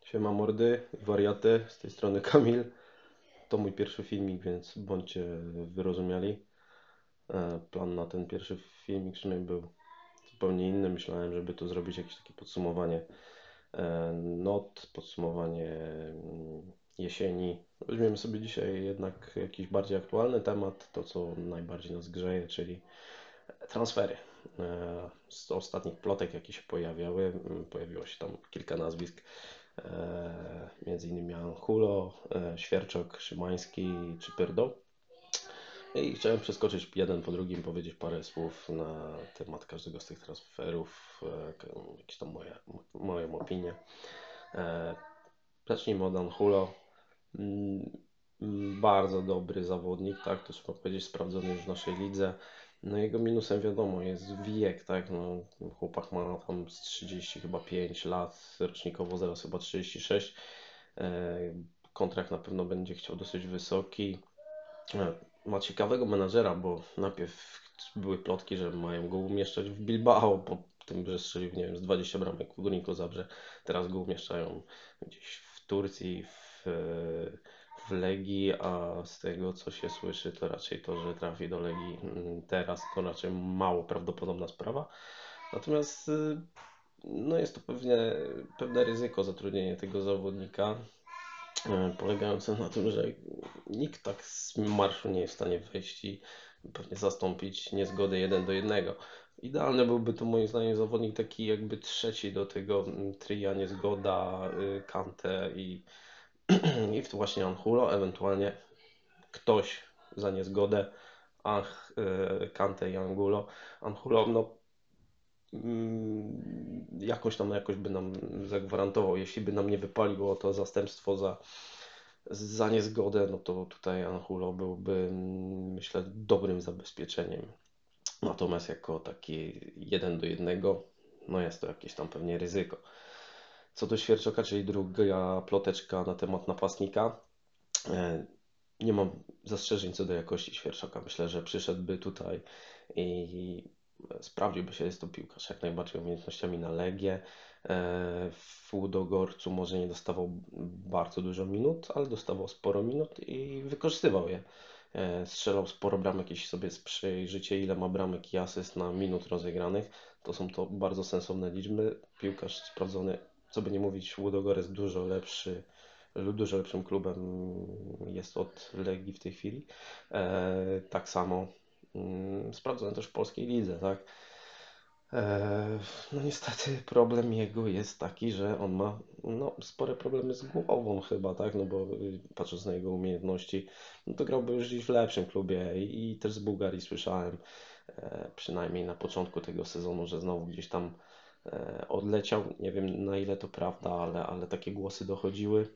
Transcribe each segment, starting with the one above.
Siema mordy, wariaty, z tej strony Kamil. To mój pierwszy filmik, więc bądźcie wyrozumiali. Plan na ten pierwszy filmik przynajmniej był zupełnie inny. Myślałem, żeby tu zrobić jakieś takie podsumowanie podsumowanie jesieni. Weźmiemy sobie dzisiaj jednak jakiś bardziej aktualny temat, to co najbardziej nas grzeje, czyli transfery. Z ostatnich plotek, jakie się pojawiały, pojawiło się tam kilka nazwisk, między innymi Anchulo, Świerczok, Szymański czy Pyrdo. I chciałem przeskoczyć jeden po drugim, powiedzieć parę słów na temat każdego z tych transferów, jakieś tam moją opinię. Zacznijmy od Anchulo. Bardzo dobry zawodnik, tak, to trzeba powiedzieć, sprawdzony już w naszej lidze. No jego minusem wiadomo jest wiek, tak, no chłopak ma tam z 30 chyba 5 lat, rocznikowo zaraz chyba 36. Kontrakt na pewno będzie chciał dosyć wysoki. Ma ciekawego menadżera, bo najpierw były plotki, że mają go umieszczać w Bilbao, po tym, że strzelił, nie wiem, z 20 bramek w Górniku Zabrze. Teraz go umieszczają gdzieś w Turcji, w Legii, a z tego co się słyszy, to raczej to, że trafi do Legii teraz, to raczej mało prawdopodobna sprawa. Natomiast no jest to pewne ryzyko zatrudnienie tego zawodnika, polegające na tym, że nikt tak z marszu nie jest w stanie wejść i pewnie zastąpić niezgodę 1-1. Idealny byłby to moim zdaniem zawodnik taki jakby trzeci do tego tria niezgoda, Kante i w to właśnie Anchulo, ewentualnie ktoś za niezgodę, Kante i Anchulo, no jakąś tam jakoś by nam zagwarantował, jeśli by nam nie wypaliło to zastępstwo za niezgodę, no to tutaj Anchulo byłby, myślę, dobrym zabezpieczeniem. Natomiast jako taki 1-1, no jest to jakieś tam pewnie ryzyko. Co do Świerczoka, czyli druga ploteczka na temat napastnika, nie mam zastrzeżeń co do jakości Świerczoka. Myślę, że przyszedłby tutaj i sprawdziłby się, jest to piłkarz jak najbardziej umiejętnościami na Legię. W Łudogorcu może nie dostawał bardzo dużo minut, ale dostawał sporo minut i wykorzystywał je. Strzelał sporo bramek, jeśli sobie przejrzycie, ile ma bramek i asyst na minut rozegranych, to są to bardzo sensowne liczby. Piłkarz sprawdzony, co by nie mówić, Łudogorec dużo lepszym klubem jest od Legii w tej chwili. Tak samo sprawdzony też w polskiej lidze, tak? No niestety problem jego jest taki, że on ma spore problemy z głową chyba, tak? No bo patrząc na jego umiejętności, no to grałby już gdzieś w lepszym klubie i też z Bułgarii słyszałem, przynajmniej na początku tego sezonu, że znowu gdzieś tam odleciał. Nie wiem na ile to prawda, ale takie głosy dochodziły.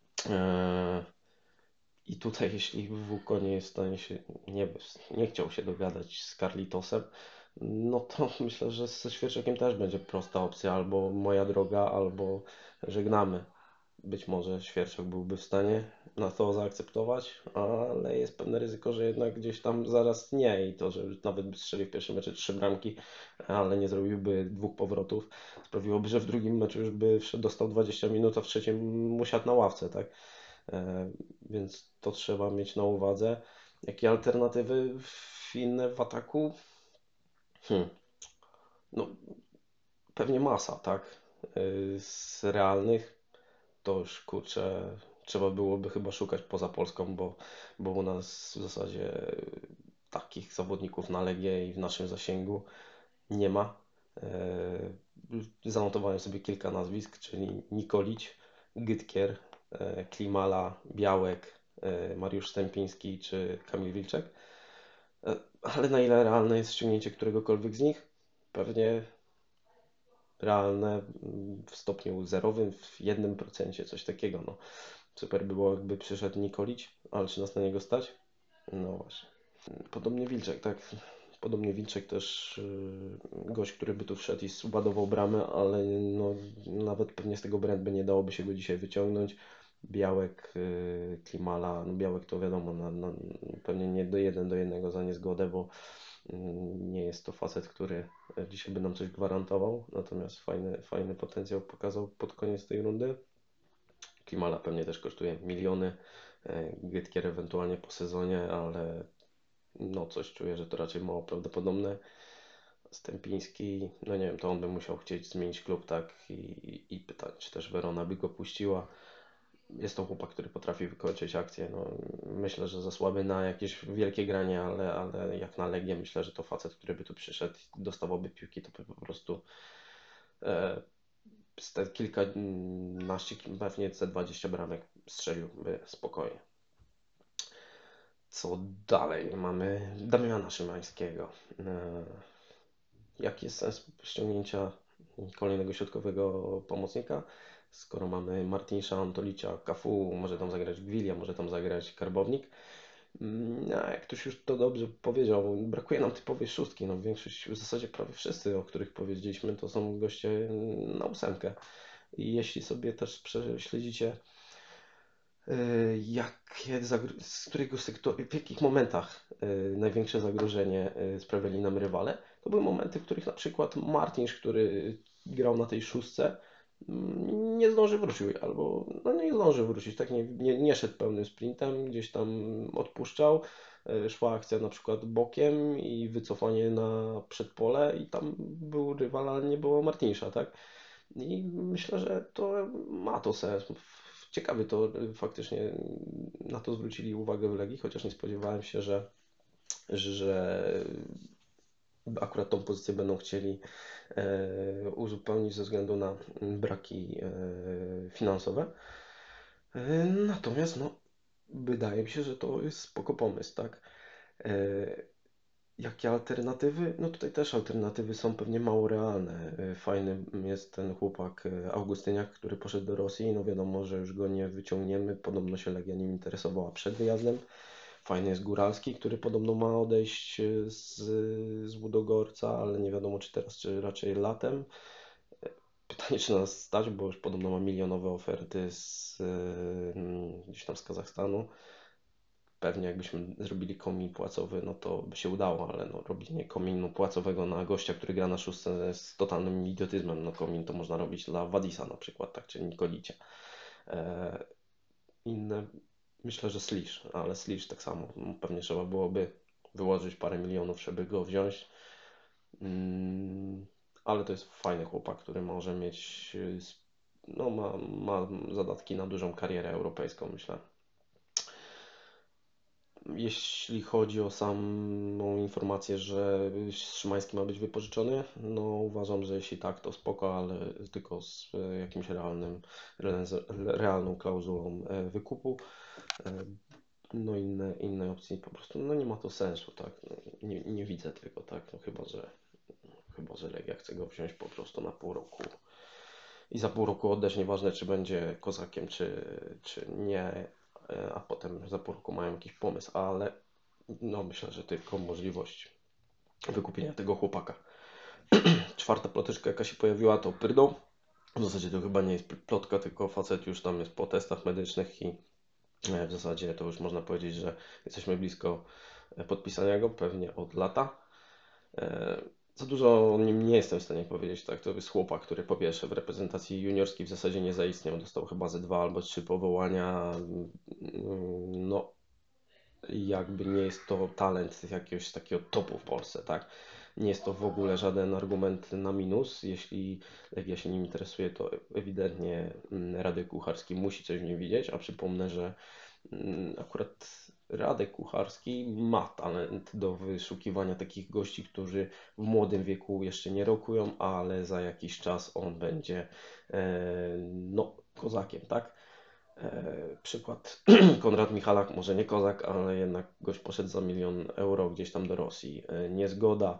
I tutaj jeśli WUKO nie jest w stanie się, nie chciał się dogadać z Carlitosem, no to myślę, że ze Świerczokiem też będzie prosta opcja, albo moja droga, albo żegnamy. Być może Świerczok byłby w stanie na to zaakceptować, ale jest pewne ryzyko, że jednak gdzieś tam zaraz nie i to, że nawet by strzelił w pierwszym meczu 3 bramki, ale nie zrobiłby dwóch powrotów, sprawiłoby, że w drugim meczu już by dostał 20 minut, a w trzecim usiadł na ławce, tak? Więc to trzeba mieć na uwadze. Jakie alternatywy inne w ataku? No, pewnie masa, tak? Z realnych to już kurczę, trzeba byłoby chyba szukać poza Polską, bo u nas w zasadzie takich zawodników na Legię i w naszym zasięgu nie ma. Zanotowałem sobie kilka nazwisk, czyli Nikolić, Gytkier, Klimala, Białek, Mariusz Stępiński czy Kamil Wilczek. Ale na ile realne jest ściągnięcie któregokolwiek z nich? Pewnie realne w stopniu zerowym, w 1%, coś takiego. No. Super by było, jakby przyszedł Nikolić, ale czy nas na niego stać? No właśnie. Podobnie Wilczek, tak. Podobnie Wilczek też gość, który by tu wszedł i ładował bramę, ale no, nawet pewnie z tego Brentby nie dałoby się go dzisiaj wyciągnąć. Białek, Klimala, no Białek to wiadomo, pewnie nie do 1-1 za niezgodę, bo nie jest to facet, który dzisiaj by nam coś gwarantował, natomiast fajny potencjał pokazał pod koniec tej rundy. Klimala pewnie też kosztuje miliony, Gytkier ewentualnie po sezonie, ale no coś czuję, że to raczej mało prawdopodobne. Stępiński, no nie wiem, to on by musiał chcieć zmienić klub, tak, i pytanie, czy też Verona by go puściła. Jest to chłopak, który potrafi wykończyć akcję. No, myślę, że za słaby na jakieś wielkie granie, ale jak na Legię myślę, że to facet, który by tu przyszedł i dostawałby piłki, to by po prostu z te kilkanaście, pewnie te 20 bramek strzeliłby spokojnie. Co dalej? Mamy Damiana Szymańskiego. Jaki jest sens ściągnięcia kolejnego środkowego pomocnika, skoro mamy Martinsza, Antolicia, Cafu, może tam zagrać Gwilia, może tam zagrać Karbownik. A jak ktoś już to dobrze powiedział, brakuje nam typowej szóstki. No, większość, w zasadzie prawie wszyscy, o których powiedzieliśmy, to są goście na ósemkę. I jeśli sobie też prześledzicie, z którego sektora, w jakich momentach największe zagrożenie sprawiali nam rywale, to były momenty, w których na przykład Martinsz, który grał na tej szóstce, nie zdąży wrócić, albo no nie zdąży wrócić, tak nie szedł pełnym sprintem, gdzieś tam odpuszczał, szła akcja na przykład bokiem i wycofanie na przedpole i tam był rywal, ale nie było Martinsza, tak? I myślę, że to ma to sens. Ciekawy to faktycznie na to zwrócili uwagę w Legii, chociaż nie spodziewałem się, że akurat tą pozycję będą chcieli uzupełnić ze względu na braki finansowe. Natomiast no, wydaje mi się, że to jest spoko pomysł, tak? Jakie alternatywy? No tutaj też alternatywy są pewnie mało realne. Fajny jest ten chłopak Augustyniak, który poszedł do Rosji. No wiadomo, że już go nie wyciągniemy. Podobno się Legia nim interesowała przed wyjazdem. Fajny jest Góralski, który podobno ma odejść z Łudogorca, ale nie wiadomo czy teraz, czy raczej latem. Pytanie, czy nas stać, bo już podobno ma milionowe oferty gdzieś tam z Kazachstanu. Pewnie jakbyśmy zrobili komin płacowy, no to by się udało, ale no, robienie kominu płacowego na gościa, który gra na szóstce jest totalnym idiotyzmem. No komin to można robić dla Wadisa na przykład, tak, czy Nikolicia. Inne, myślę, że Slisz, ale Slisz tak samo. Pewnie trzeba byłoby wyłożyć parę milionów, żeby go wziąć. Ale to jest fajny chłopak, który może mieć, no ma zadatki na dużą karierę europejską, myślę. Jeśli chodzi o samą informację, że Szymański ma być wypożyczony, no uważam, że jeśli tak, to spoko, ale tylko z jakimś realną klauzulą wykupu. No innej opcji po prostu, no nie ma to sensu, tak, no, nie widzę tego, tak, no chyba że Legia chce go wziąć po prostu na pół roku i za pół roku oddać, nieważne czy będzie kozakiem, czy nie, a potem za pół roku mają jakiś pomysł, ale no myślę, że tylko możliwość wykupienia tego chłopaka. Czwarta ploteczka jaka się pojawiła to Pyrdą. W zasadzie to chyba nie jest plotka, tylko facet już tam jest po testach medycznych i w zasadzie to już można powiedzieć, że jesteśmy blisko podpisania go, pewnie od lata. Za dużo o nim nie jestem w stanie powiedzieć, tak, to jest chłopak, który po pierwsze w reprezentacji juniorskiej w zasadzie nie zaistniał, dostał chyba ze 2 albo 3 powołania, no jakby nie jest to talent jakiegoś takiego topu w Polsce, tak? Nie jest to w ogóle żaden argument na minus. Jeśli Legia się nim interesuje, to ewidentnie Radek Kucharski musi coś w nim widzieć, a przypomnę, że akurat Radek Kucharski ma talent do wyszukiwania takich gości, którzy w młodym wieku jeszcze nie rokują, ale za jakiś czas on będzie no, kozakiem, tak? Przykład Konrad Michalak, może nie kozak, ale jednak gość poszedł za 1 000 000 euro gdzieś tam do Rosji. Niezgoda,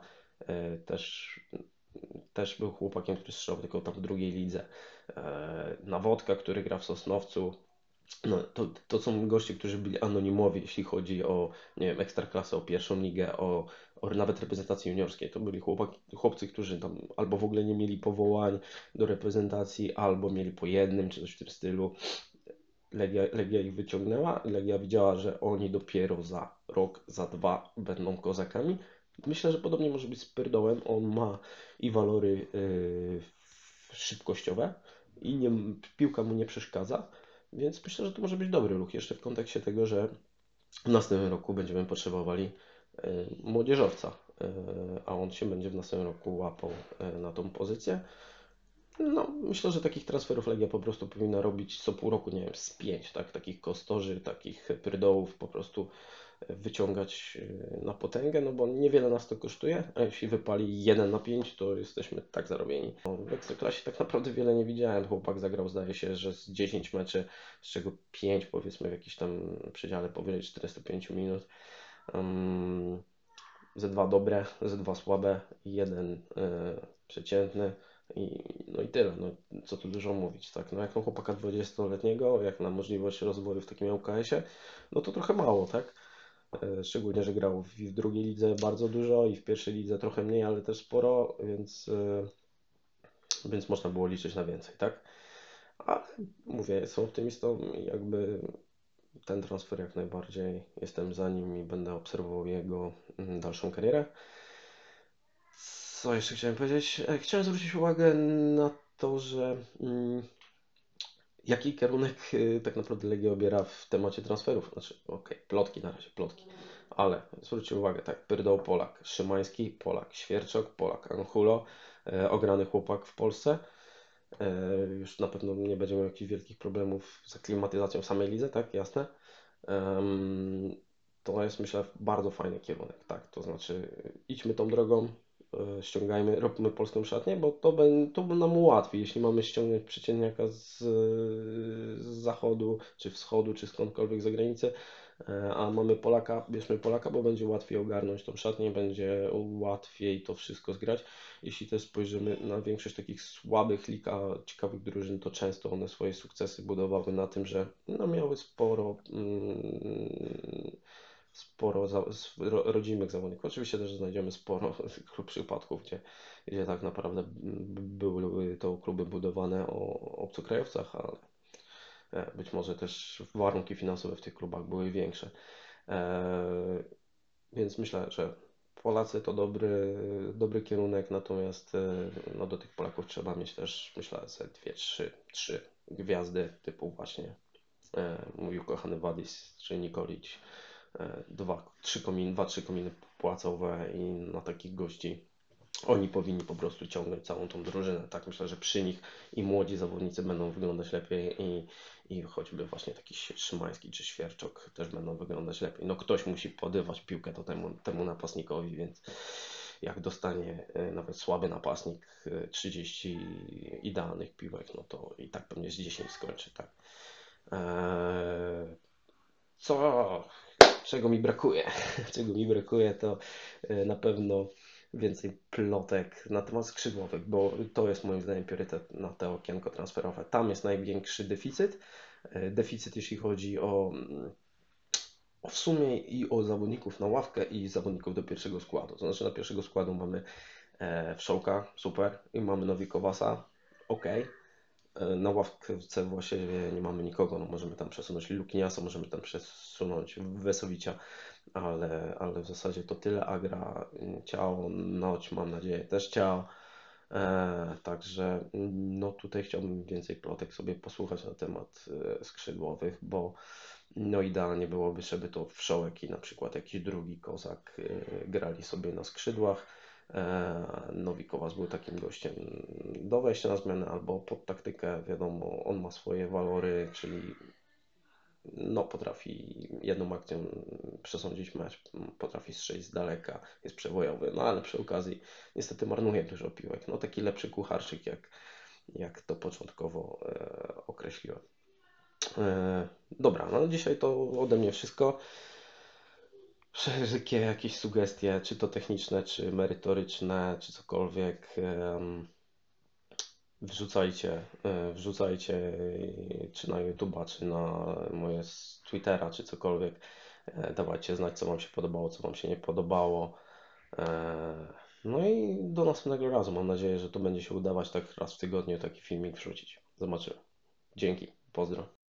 też był chłopakiem, który strzelał tylko tam w drugiej lidze. Nawodka, który gra w Sosnowcu. No, to są goście, którzy byli anonimowi, jeśli chodzi o, nie wiem, ekstraklasę, o pierwszą ligę, o nawet reprezentację juniorskie. To byli chłopcy, którzy tam albo w ogóle nie mieli powołań do reprezentacji, albo mieli po jednym, czy coś w tym stylu. Legia ich wyciągnęła i Legia widziała, że oni dopiero za rok, za 2 będą kozakami. Myślę, że podobnie może być z Pyrdołem. On ma i walory szybkościowe i piłka mu nie przeszkadza. Więc myślę, że to może być dobry ruch, jeszcze w kontekście tego, że w następnym roku będziemy potrzebowali młodzieżowca, a on się będzie w następnym roku łapał na tą pozycję. No, myślę, że takich transferów Legia po prostu powinna robić co pół roku, nie wiem, z 5, tak? Takich kostorzy, takich prydołów po prostu wyciągać na potęgę, no bo niewiele nas to kosztuje, a jeśli wypali 1 na 5, to jesteśmy tak zarobieni. No, w Ekstraklasie tak naprawdę wiele nie widziałem. Chłopak zagrał, zdaje się, że z 10 meczy, z czego 5 powiedzmy w jakimś tam przedziale powyżej 45 minut. Ze dwa dobre, ze dwa słabe, jeden przeciętny no i tyle. No, co tu dużo mówić, tak? No jak na chłopaka 20-letniego, jak na możliwość rozwoju w takim ŁKS-ie, no to trochę mało, tak? Szczególnie, że grał w drugiej lidze bardzo dużo i w pierwszej lidze trochę mniej, ale też sporo, więc można było liczyć na więcej, tak? Ale mówię, jestem optymistą i jakby ten transfer jak najbardziej jestem za nim i będę obserwował jego dalszą karierę. Co jeszcze chciałem powiedzieć? Chciałem zwrócić uwagę na to, że jaki kierunek tak naprawdę Legia obiera w temacie transferów. Znaczy, okej, plotki na razie, plotki. Ale zwróćcie uwagę, tak, Pyrdoł Polak, Szymański Polak, Świerczok Polak, Anchulo, ograny chłopak w Polsce. Już na pewno nie będziemy miał jakichś wielkich problemów z aklimatyzacją w samej lidze, tak, jasne. To jest, myślę, bardzo fajny kierunek, tak, to znaczy idźmy tą drogą, ściągajmy, robimy polską szatnię, bo to nam ułatwi, jeśli mamy ściągnąć przeciętniaka z zachodu, czy wschodu, czy skądkolwiek z zagranicy, a mamy Polaka, bierzmy Polaka, bo będzie łatwiej ogarnąć tą szatnię, będzie łatwiej to wszystko zgrać. Jeśli też spojrzymy na większość takich słabych lig, a ciekawych drużyn, to często one swoje sukcesy budowały na tym, że no, miały sporo rodzimych zawodników. Oczywiście też znajdziemy sporo przypadków, gdzie tak naprawdę były to kluby budowane o obcokrajowcach, ale być może też warunki finansowe w tych klubach były większe. Więc myślę, że Polacy to dobry kierunek, natomiast no, do tych Polaków trzeba mieć też, myślę, ze dwie, trzy gwiazdy typu właśnie mówił kochany Wadis czy Nikolić. Dwa, trzy kominy płacowe i na takich gości oni powinni po prostu ciągnąć całą tą drużynę. Tak myślę, że przy nich i młodzi zawodnicy będą wyglądać lepiej i choćby właśnie taki Szymański czy Świerczok też będą wyglądać lepiej. No ktoś musi podywać piłkę to temu napastnikowi, więc jak dostanie nawet słaby napastnik 30 idealnych piłek, no to i tak pewnie z 10 skończy, tak. Co, czego mi brakuje? Czego mi brakuje, to na pewno więcej plotek na temat skrzydłowych, bo to jest moim zdaniem priorytet na te okienko transferowe. Tam jest największy deficyt. Deficyt jeśli chodzi o w sumie i o zawodników na ławkę i zawodników do pierwszego składu. To znaczy na pierwszego składu mamy Wszołka, super, i mamy Nowikowasa, ok. Na ławce właściwie nie mamy nikogo, no możemy tam przesunąć Lukiniasa, możemy tam przesunąć Wesowicia, ale w zasadzie to tyle. Agra, Ciao, Noć, mam nadzieję też Ciao. Także no tutaj chciałbym więcej plotek sobie posłuchać na temat skrzydłowych, bo no idealnie byłoby, żeby to Wszołek i na przykład jakiś drugi kozak grali sobie na skrzydłach. Nowikowas był takim gościem do wejścia na zmianę albo pod taktykę, wiadomo, on ma swoje walory, czyli no, potrafi jedną akcją przesądzić mecz, potrafi strzelić z daleka, jest przebojowy, no ale przy okazji niestety marnuje dużo piłek. No taki lepszy kucharczyk, jak to początkowo określiłem. Dobra, no dzisiaj to ode mnie wszystko. Wszelkie jakieś sugestie, czy to techniczne, czy merytoryczne, czy cokolwiek, wrzucajcie czy na YouTube'a, czy na moje Twittera, czy cokolwiek. Dawajcie znać, co Wam się podobało, co Wam się nie podobało. No i do następnego razu. Mam nadzieję, że to będzie się udawać tak raz w tygodniu taki filmik wrzucić. Zobaczymy. Dzięki. Pozdro.